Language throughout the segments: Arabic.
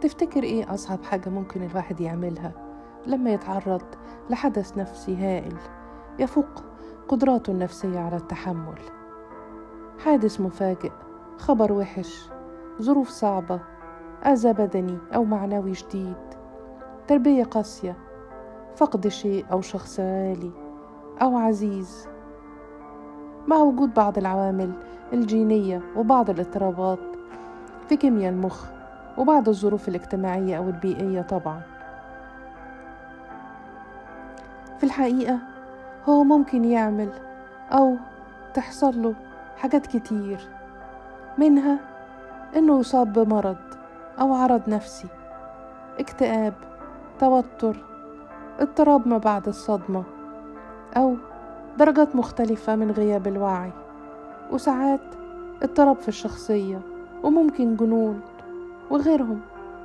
تفتكر إيه أصعب حاجة ممكن الواحد يعملها لما يتعرض لحدث نفسي هائل يفوق قدراته النفسية على التحمل؟ حادث مفاجئ، خبر وحش، ظروف صعبة، أذى بدني أو معنوي شديد، تربية قاسية، فقد شيء أو شخص غالي أو عزيز، مع وجود بعض العوامل الجينية وبعض الاضطرابات في كيمياء المخ وبعض الظروف الاجتماعية أو البيئية. طبعا في الحقيقة هو ممكن يعمل أو تحصل له حاجات كتير، منها إنه يصاب بمرض أو عرض نفسي، اكتئاب، توتر، اضطراب ما بعد الصدمة، أو درجات مختلفة من غياب الوعي، وساعات اضطراب في الشخصية، وممكن جنون وغيرهم.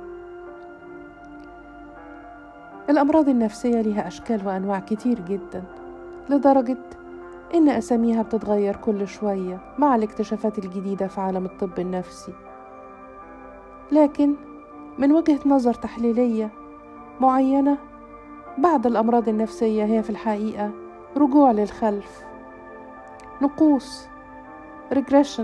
الأمراض النفسية لها أشكال وأنواع كتير جدا، لدرجة إن أساميها بتتغير كل شوية مع الاكتشافات الجديدة في عالم الطب النفسي. لكن من وجهة نظر تحليلية معينة، بعض الأمراض النفسية هي في الحقيقة رجوع للخلف، نقوص، regression،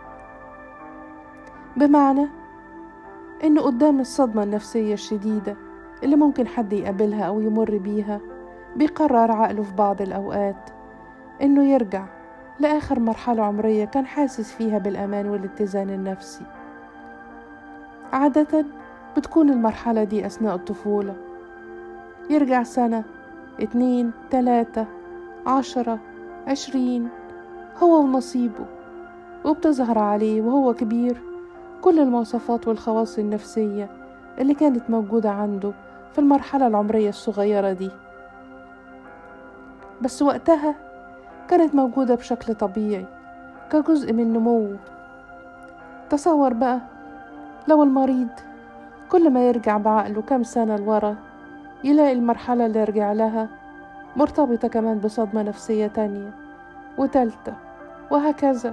بمعنى إنه قدام الصدمة النفسية الشديدة اللي ممكن حد يقابلها أو يمر بيها، بيقرر عقله في بعض الأوقات إنه يرجع لآخر مرحلة عمرية كان حاسس فيها بالأمان والاتزان النفسي. عادة بتكون المرحلة دي أثناء الطفولة، يرجع سنة، 2، 3، 10، 20، هو ونصيبه، وبتظهر عليه وهو كبير كل المواصفات والخواص النفسية اللي كانت موجودة عنده في المرحلة العمرية الصغيرة دي، بس وقتها كانت موجودة بشكل طبيعي كجزء من نموه. تصور بقى لو المريض كل ما يرجع بعقله كم سنة لورا يلاقي المرحلة اللي رجع لها مرتبطة كمان بصدمة نفسية تانية وتالتة وهكذا.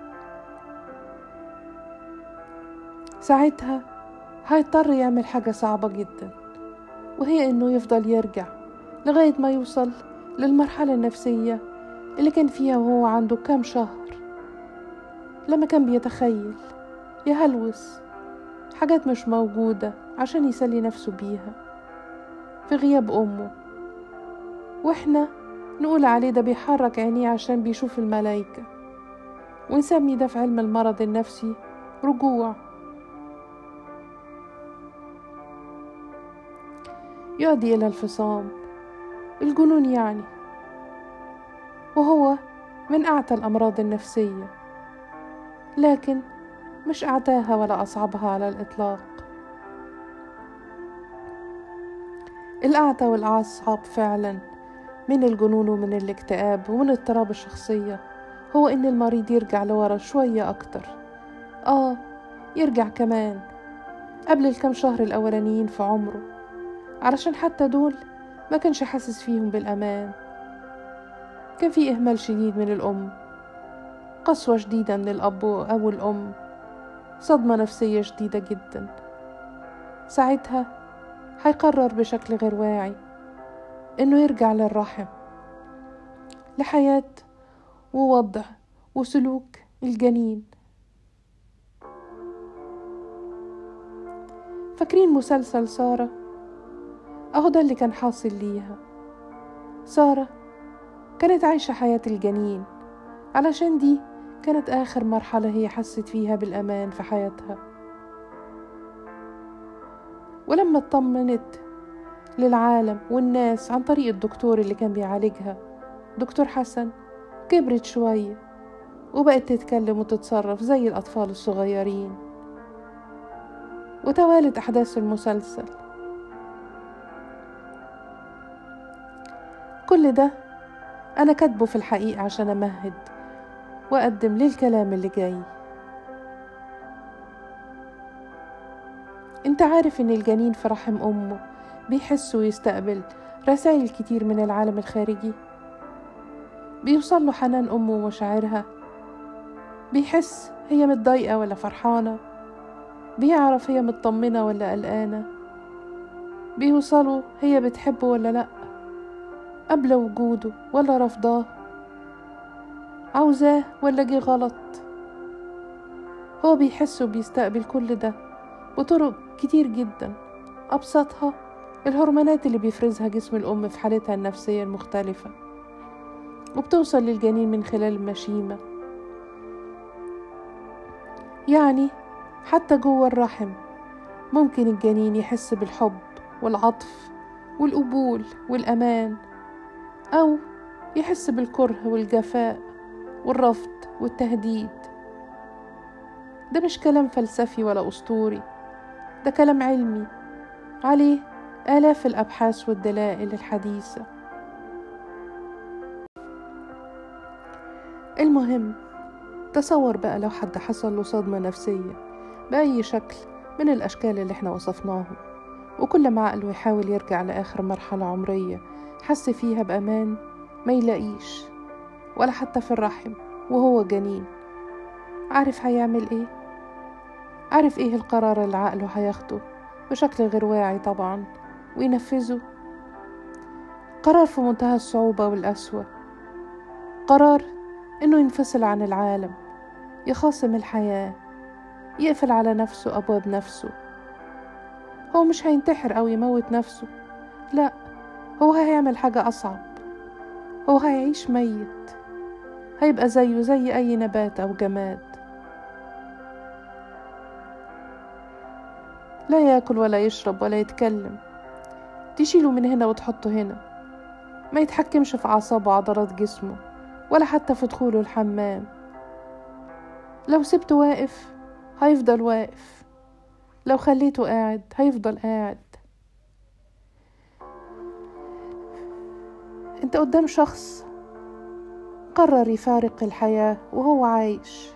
ساعتها هيضطر يعمل حاجة صعبة جدا، وهي إنه يفضل يرجع لغاية ما يوصل للمرحلة النفسية اللي كان فيها وهو عنده كام شهر، لما كان بيتخيل يهلوس حاجات مش موجودة عشان يسلي نفسه بيها في غياب أمه، وإحنا نقول عليه ده بيحرك عينيه عشان بيشوف الملايكة، ونسمي ده في علم المرض النفسي رجوع. يؤدي إلى الفصام، الجنون يعني، وهو من أعتى الأمراض النفسية، لكن مش أعتاها ولا أصعبها على الإطلاق. الأعتى والأصعب فعلا من الجنون ومن الاكتئاب ومن اضطراب الشخصية هو إن المريض يرجع لورا شوية أكتر، يرجع كمان قبل الكام شهر الأولانيين في عمره، علشان حتى دول ما كانش حاسس فيهم بالأمان. كان في إهمال شديد من الأم، قسوة شديدة من الأب أو الأم، صدمة نفسية شديدة جدا. ساعتها هيقرر بشكل غير واعي إنه يرجع للرحم، لحياة ووضع وسلوك الجنين. فاكرين مسلسل سارة؟ أهو ده اللي كان حاصل ليها. سارة كانت عايشة حياة الجنين علشان دي كانت آخر مرحلة هي حست فيها بالأمان في حياتها، ولما اطمنت للعالم والناس عن طريق الدكتور اللي كان بيعالجها، دكتور حسن، كبرت شوية وبقت تتكلم وتتصرف زي الأطفال الصغيرين. وتوالت أحداث المسلسل. كل ده أنا كاتبه في الحقيقة عشان أمهد وأقدم للكلام اللي جاي. انت عارف ان الجنين في رحم أمه بيحس ويستقبل رسائل كتير من العالم الخارجي، بيوصل له حنان أمه ومشاعرها، بيحس هي متضايقة ولا فرحانة، بيعرف هي مطمنة ولا قلقانة، بيوصلوا هي بتحبه ولا لأ، قبل وجوده ولا رفضاه، عاوزاه ولا جه غلط. هو بيحس وبيستقبل كل ده بطرق كتير جدا، أبسطها الهرمونات اللي بيفرزها جسم الأم في حالتها النفسية المختلفة، وبتوصل للجنين من خلال المشيمة. يعني حتى جوه الرحم ممكن الجنين يحس بالحب والعطف والقبول والأمان، أو يحس بالكره والجفاء والرفض والتهديد. ده مش كلام فلسفي ولا أسطوري، ده كلام علمي عليه آلاف الأبحاث والدلائل الحديثة. المهم، تصور بقى لو حد حصل له صدمة نفسية بأي شكل من الأشكال اللي احنا وصفناهم، وكل ما عقله يحاول يرجع لآخر مرحلة عمرية حس فيها بأمان ما يلاقيش، ولا حتى في الرحم وهو جنين. عارف هيعمل ايه؟ عارف ايه القرار اللي عقله هياخده بشكل غير واعي طبعا وينفذه؟ قرار في منتهى الصعوبة والقسوة، قرار انه ينفصل عن العالم، يخاصم الحياة، يقفل على نفسه أبواب نفسه. هو مش هينتحر أو يموت نفسه، لا، هو هيعمل حاجة أصعب. هو هيعيش ميت، هيبقى زيه زي أي نبات أو جماد، لا يأكل ولا يشرب ولا يتكلم، تشيله من هنا وتحطه هنا، ما يتحكمش في أعصاب وعضلات جسمه ولا حتى في دخوله الحمام. لو سبته واقف هيفضل واقف، لو خليته قاعد هيفضل قاعد. انت قدام شخص قرر يفارق الحياة وهو عايش.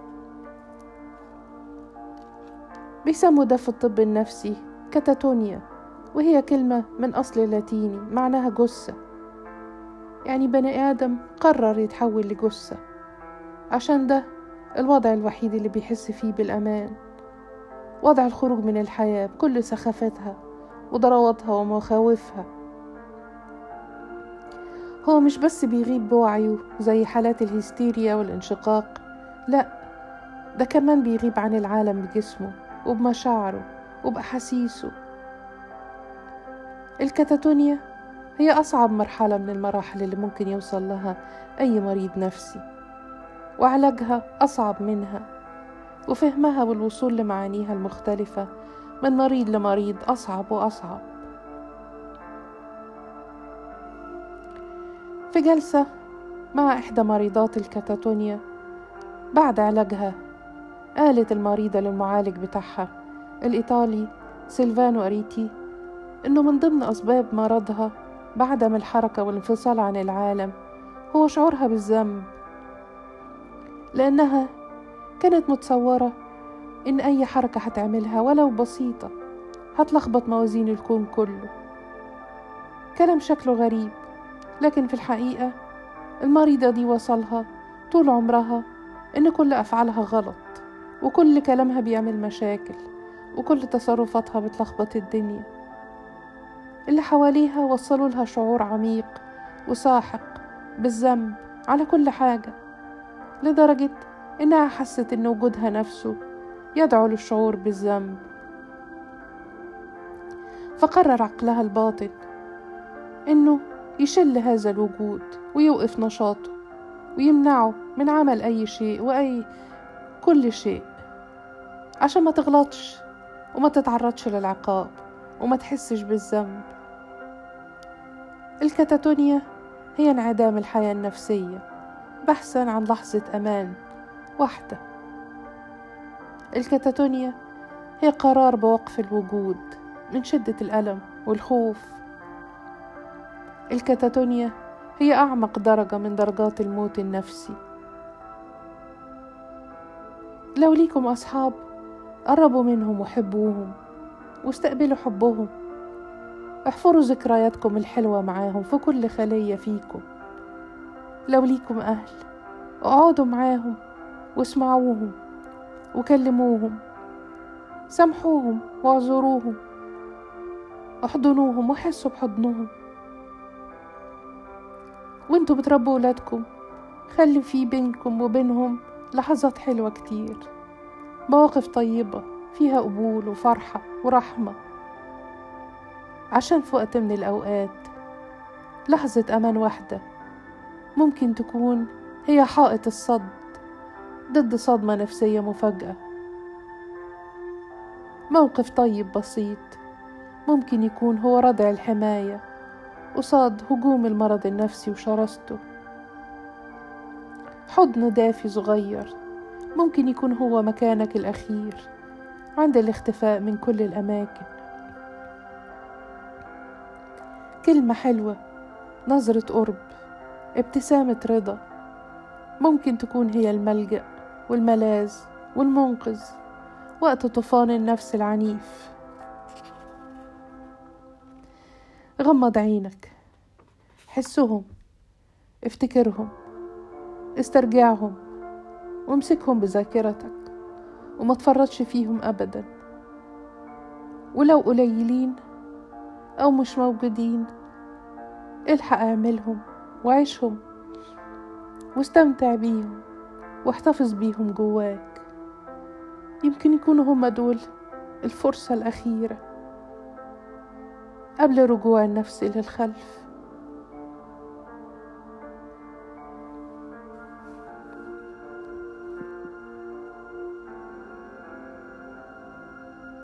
بيسموا ده في الطب النفسي كاتاتونيا، وهي كلمة من أصل لاتيني معناها جثة، يعني بني آدم قرر يتحول لجثة، عشان ده الوضع الوحيد اللي بيحس فيه بالأمان، وضع الخروج من الحياة بكل سخافتها وضراوتها ومخاوفها. هو مش بس بيغيب بوعيه زي حالات الهستيريا والانشقاق، لا، ده كمان بيغيب عن العالم بجسمه وبمشاعره وبأحاسيسه. الكاتاتونيا هي أصعب مرحلة من المراحل اللي ممكن يوصل لها أي مريض نفسي، وعلاجها أصعب منها، وفهمها والوصول لمعانيها المختلفة من مريض لمريض أصعب وأصعب. في جلسة مع إحدى مريضات الكاتاتونيا بعد علاجها، قالت المريضة للمعالج بتاعها الإيطالي سيلفانو أريتي إنه من ضمن أسباب مرضها بعدم الحركة والانفصال عن العالم هو شعورها بالذنب، لأنها كانت متصورة إن أي حركة هتعملها ولو بسيطة هتلخبط موازين الكون كله. كلام شكله غريب، لكن في الحقيقة المريضة دي وصلها طول عمرها إن كل أفعالها غلط، وكل كلامها بيعمل مشاكل، وكل تصرفاتها بتلخبط الدنيا. اللي حواليها وصلوا لها شعور عميق وساحق بالذنب على كل حاجة، لدرجة إنها حست إن وجودها نفسه يدعو للشعور بالذنب. فقرر عقلها الباطن إنه يشل هذا الوجود ويوقف نشاطه ويمنعه من عمل أي شيء كل شيء، عشان ما تغلطش وما تتعرضش للعقاب وما تحسش بالذنب. الكاتاتونيا هي انعدام الحياة النفسية بحثا عن لحظة أمان واحدة. الكاتاتونيا هي قرار بوقف الوجود من شدة الألم والخوف. الكاتاتونيا هي أعمق درجة من درجات الموت النفسي. لو ليكم أصحاب قربوا منهم وحبوهم واستقبلوا حبهم، احفروا ذكرياتكم الحلوة معاهم في كل خلية فيكم. لو ليكم أهل اقعدوا معاهم واسمعوهم وكلموهم سامحوهم واعذروهم، احضنوهم وحسوا بحضنهم. وانتوا بتربوا ولادكم خلي في بينكم وبينهم لحظات حلوة كتير، مواقف طيبة فيها قبول وفرحة ورحمة، عشان في وقت من الأوقات لحظة أمان واحدة ممكن تكون هي حائط الصد ضد صدمة نفسية مفاجئة. موقف طيب بسيط ممكن يكون هو ردع الحماية قصاد هجوم المرض النفسي وشراسته. حضن دافي صغير ممكن يكون هو مكانك الأخير عند الاختفاء من كل الأماكن. كلمة حلوة، نظرة قرب، ابتسامة رضا ممكن تكون هي الملجأ والملاذ والمنقذ وقت طوفان النفس العنيف. غمض عينك، حسهم، افتكرهم، استرجعهم، وامسكهم بذاكرتك وما تفرطش فيهم أبدا. ولو قليلين أو مش موجودين الحق اعملهم وعيشهم واستمتع بيهم واحتفظ بيهم جواك. يمكن يكونوا هم دول الفرصة الأخيرة قبل رجوع النفس إلى الخلف.